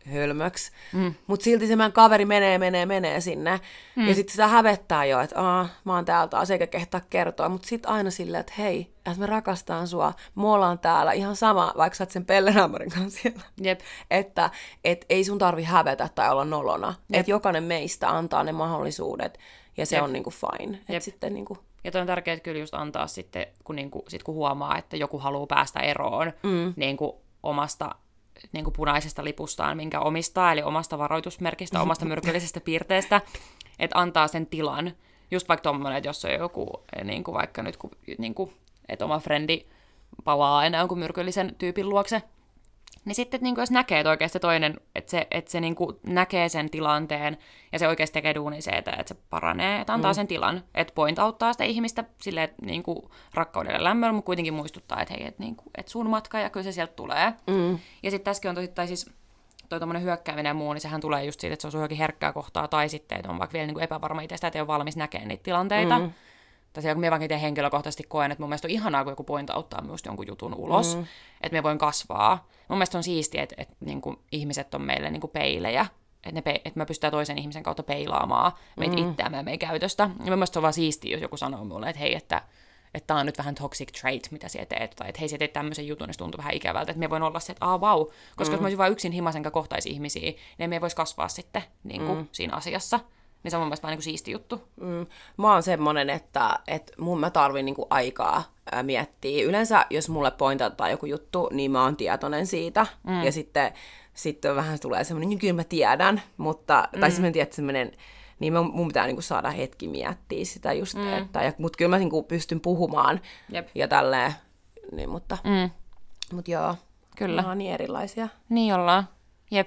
hölmöksi. Mm. Mutta silti se meidän kaveri menee, menee, menee sinne. Mm. Ja sitten sitä hävettää jo, että Aa, mä oon täällä taas, eikä kehtaa kertoa. Mutta sitten aina silleen, että hei, että me rakastaan sua. Me ollaan täällä ihan sama, vaikka sä oot sen pelleräämärin kanssa siellä. Jep. Että et ei sun tarvi hävetä tai olla nolona. Että jokainen meistä antaa ne mahdollisuudet. Ja se Jep. on niinku fine. Että sitten niinku... Ja toi on tärkeää kyllä just antaa sitten, kun, niinku, sit kun huomaa, että joku haluaa päästä eroon mm. niinku, omasta niinku, punaisesta lipustaan, minkä omistaa, eli omasta varoitusmerkistä, omasta myrkyllisestä piirteestä, että antaa sen tilan. Just vaikka tommoinen, että jos on joku, niinku, vaikka nyt, kun, niinku, että oma frendi palaa aina jonkun myrkyllisen tyypin luokse, niin sitten, että niinku, jos näkee, että oikeasti toinen, että se, että se niinku, näkee sen tilanteen ja se oikeasti tekee duunia se, että, että se paranee, että antaa mm. sen tilan, että point auttaa sitä ihmistä silleen, että niinku, rakkaudella ja lämmöllä, mutta kuitenkin muistuttaa, että hei, että, niinku, että sun matka ja kyllä se sieltä tulee. Mm. Ja sitten tässäkin on tosittain siis toi tommoinen hyökkääminen ja muu, niin sehän tulee just siitä, että se on sun johonkin herkkää kohtaa tai sitten, että on vaikka vielä niinku epävarma itsestä, että ei ole valmis näkemään niitä tilanteita. Mm. Tai siellä, kun minä vaikka itse henkilökohtaisesti koen, että mun mielestä on ihanaa, kun joku point auttaa minusta jonkun jutun ulos, mm. että me voin kasvaa. Mun mielestä on siistiä, että, että niin kuin, ihmiset on meille niin kuin peilejä, että, ne pe- että me pystytään toisen ihmisen kautta peilaamaan meitä mm. itseämme ja meidän käytöstä. Ja mun mielestä se on vaan siistiä, jos joku sanoo mulle, että hei, että että tämä on nyt vähän toxic trait, mitä sinä teet, tai että hei, sinä teet tämmöisen jutun, niin se tuntuu vähän ikävältä, että me voin olla se, että aah, vau, koska mm. jos mä olisin vain yksin himasen kanssa kohtaisi ihmisiä, niin me voisi kasvaa sitten niin kuin, mm. siinä asiassa. Niin se on mun mielestä vähän niin kuin siisti juttu. Mm. Mä oon semmonen, että, että mun mä tarvin niin kuin aikaa ää, miettiä. Yleensä, jos mulle pointataan joku juttu, niin mä oon tietoinen siitä. Mm. Ja sitten, sitten vähän tulee semmoinen, niin kyllä mä tiedän, mutta, mm. tai semmoinen, että semmoinen, niin mun pitää niin kuin saada hetki miettiä sitä just, mm. että, ja, mutta kyllä mä niin kuin pystyn puhumaan Jep. ja tälleen, niin, mutta, mm. mutta joo, kyllä. Me ollaan niin erilaisia. Niin ollaan, jep,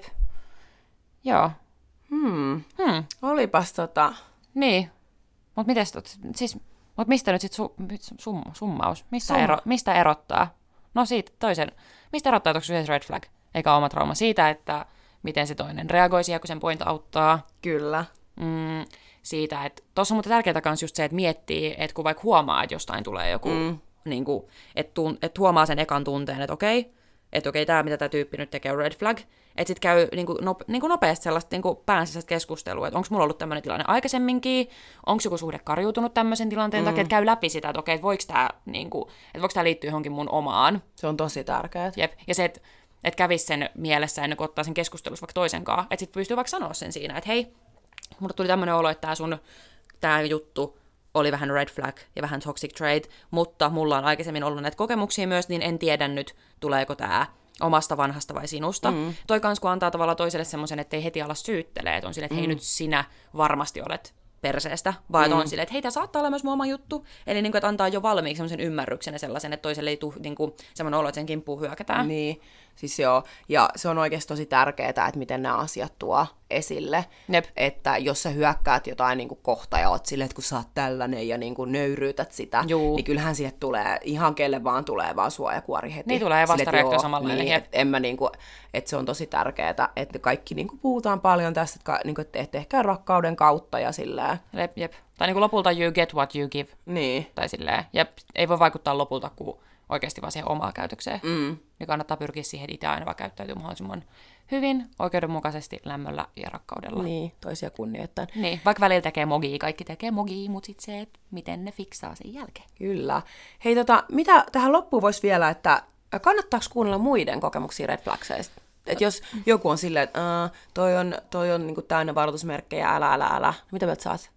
joo. Hmm. Hmm. Olipas tota... Niin. Mut mites tot, siis, mut mistä nyt sit su, sum, summaus? Mistä, Summa. ero, mistä erottaa? No siitä toisen. Mistä erottaa, että onko se red flag? Eikä oma trauma siitä, että miten se toinen reagoi siihen, kun sen point auttaa. Kyllä. Mm, siitä, että tuossa on muuten tärkeää kans just se, että miettii, että kun vaikka huomaa, että jostain tulee joku, mm. niin kuin, että, tun, että huomaa sen ekan tunteen, että okei, että okei, tämä mitä tämä tyyppi nyt tekee on red flag, että sitten käy niin kuin nope, niin kuin nopeasti sellaista niin kuin päänsisäistä keskustelua, että onko mulla ollut tämmöinen tilanne aikaisemminkin, onko joku suhde karjuutunut tämmöisen tilanteen mm. takia, että käy läpi sitä, että okei, että voiko tämä, niin kuin, että voiko tämä liittyä johonkin mun omaan. Se on tosi tärkeää. Jep, ja se, että, että kävisi sen mielessä ennen kuin ottaa sen keskustelussa vaikka toisen kanssa, että sitten pystyy vaikka sanoa sen siinä, että hei, mulle tuli tämmöinen olo, että tämä sun tämä juttu oli vähän red flag ja vähän toxic trait, mutta mulla on aikaisemmin ollut näitä kokemuksia myös, niin en tiedä nyt, tuleeko tämä omasta vanhasta vai sinusta. Mm. Toi kans, kun antaa tavallaan toiselle semmoisen, ettei heti ala syyttelee, että on silleen, että hei, mm. nyt sinä varmasti olet perseestä, vaan mm. on silleen, että hei, tämä saattaa olla myös mun oma juttu. Eli niin kuin, että antaa jo valmiiksi semmoisen ymmärryksen ja sellaisen, että toiselle ei tule niin kuin, semmoinen olo, että sen kimppuun hyökätään. Niin, siis joo. Ja se on oikeasti tosi tärkeää, että miten nämä asiat tuo esille. Jep. Että jos sä hyökkäät jotain niin kuin kohta ja oot silleen, että kun sä oot tällainen ja niin kuin nöyryytät sitä, Juu. niin kyllähän siihen tulee, ihan kelle vaan tulee vaan suojakuori heti. Niin tulee ja vastareaktio samanlainen. Niin, että niin et se on tosi tärkeää, että kaikki niin kuin puhutaan paljon tästä, että, niin kuin, että tehkää rakkauden kautta ja silleen. Jep, jep. Tai niin kuin lopulta you get what you give. Niin. Tai silleen. Jep, ei voi vaikuttaa lopulta kuin oikeasti vaan siihen omaan käytökseen. Mm. Niin kannattaa pyrkiä siihen itse aina vaan käyttäytyy mahdollisimman hyvin, oikeudenmukaisesti, lämmöllä ja rakkaudella. Niin, toisia kunnioittain. Niin, vaikka välillä tekee mogia, kaikki tekee mogia, mutta sitten se, että miten ne fiksaa sen jälkeen. Kyllä. Hei, tota, mitä tähän loppuun voisi vielä, että kannattaako kuunnella muiden kokemuksia red flagseista? Että jos joku on silleen, että toi on, toi on niin kuin täynnä varoitusmerkkejä, älä, älä, älä. Mitä mieltä saat?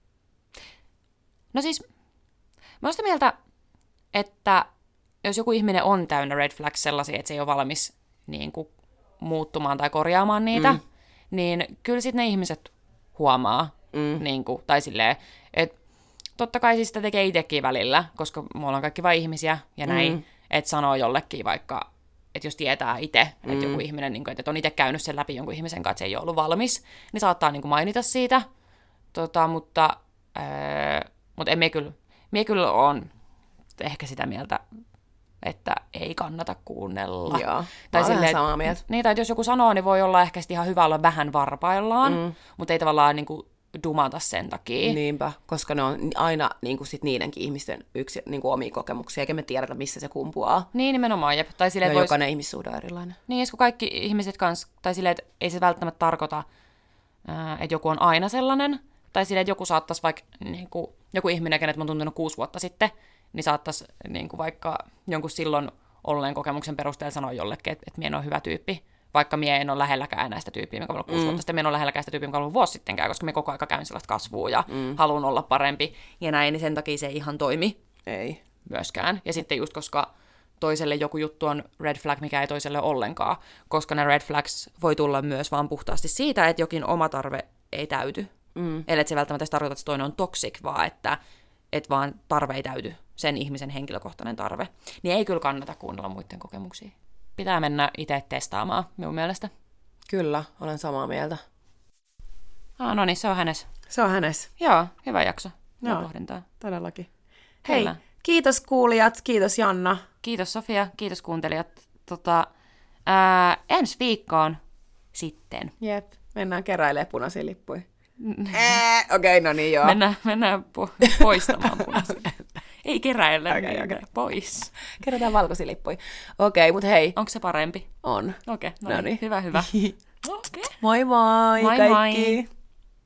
No siis, mä oon sitä mieltä, että jos joku ihminen on täynnä red flags sellaisia, että se ei ole valmis niin kuin, muuttumaan tai korjaamaan niitä, mm. niin kyllä sitten ne ihmiset huomaa. Mm. Niin kuin, tai silleen, että totta kai siis sitä tekee itsekin välillä, koska me ollaan kaikki vain ihmisiä ja näin, mm. että sanoo jollekin vaikka, että jos tietää itse, mm. että joku ihminen, niin kuin, että on itse käynyt sen läpi jonkun ihmisen kanssa, että se ei ole ollut valmis, niin saattaa niin kuin, mainita siitä, tota, mutta, öö, mutta en mie kyllä, mie kyllä on ehkä sitä mieltä, että ei kannata kuunnella. Joo, tai silleen, samaa mieltä. Niin, tai jos joku sanoo, niin voi olla ehkä ihan hyvä olla vähän varpaillaan, mm. mutta ei tavallaan niin kuin, dumata sen takia. Niinpä, koska ne on aina niin kuin sit niidenkin ihmisten yksi niin kuin omia kokemuksia, eikä me tiedetä, missä se kumpuaa. Niin, nimenomaan. Jep. Tai silleen, ja vois... jokainen ihmissuhde on erilainen. Niin, ja kun kaikki ihmiset kanssa, tai silleen, että ei se välttämättä tarkoita, että joku on aina sellainen, tai silleen, että joku saattaisi vaikka, niin kuin, joku ihminen, kenet mä oon tuntenut kuusi vuotta sitten, niin saattaisi niin kuin vaikka jonkun silloin olleen kokemuksen perusteella sanoa jollekin, että, että mie en ole hyvä tyyppi, vaikka mie en ole lähelläkään näistä tyyppiä, mikä on ollut kuusi mm. vuotta sitten, mie en ole lähelläkään sitä tyyppiä, mikä on ollut vuosi sittenkään, koska me koko ajan käyn sellaista kasvua ja mm. haluan olla parempi, ja näin, niin sen takia se ei ihan toimi. Ei. Myöskään. Ja sitten just koska toiselle joku juttu on red flag, mikä ei toiselle ole ollenkaan, koska ne red flags voi tulla myös vaan puhtaasti siitä, että jokin oma tarve ei täyty. Mm. Eli että se välttämättä tarkoita, että se toinen on toxic, vaan että, että vaan tarve ei täyty, sen ihmisen henkilökohtainen tarve. Niin ei kyllä kannata kuunnella muiden kokemuksia. Pitää mennä itse testaamaan, minun mielestä. Kyllä, olen samaa mieltä. Ah, no niin, se on hänes. Se on hänes. Joo, hyvä jakso. Joo, pohdintaa. Todellakin. Kyllä. Hei, kiitos kuulijat, kiitos Janna. Kiitos Sofia, kiitos kuuntelijat. Tota, ää, ensi viikkoon sitten. Jep, mennään keräilemään punaisia lippuja. Okei, okay, no niin joo. Mennään, mennään po- poistamaan punaisia. Ei keräillä, okay, niin okay. pois. Kerätään valkoisia lippuja. Okei, okay, mutta hei. Onko se parempi? On. Okei, okay, no Noniin. niin. Hyvä, hyvä. Okay. Moi moi, moi kaikki. moi.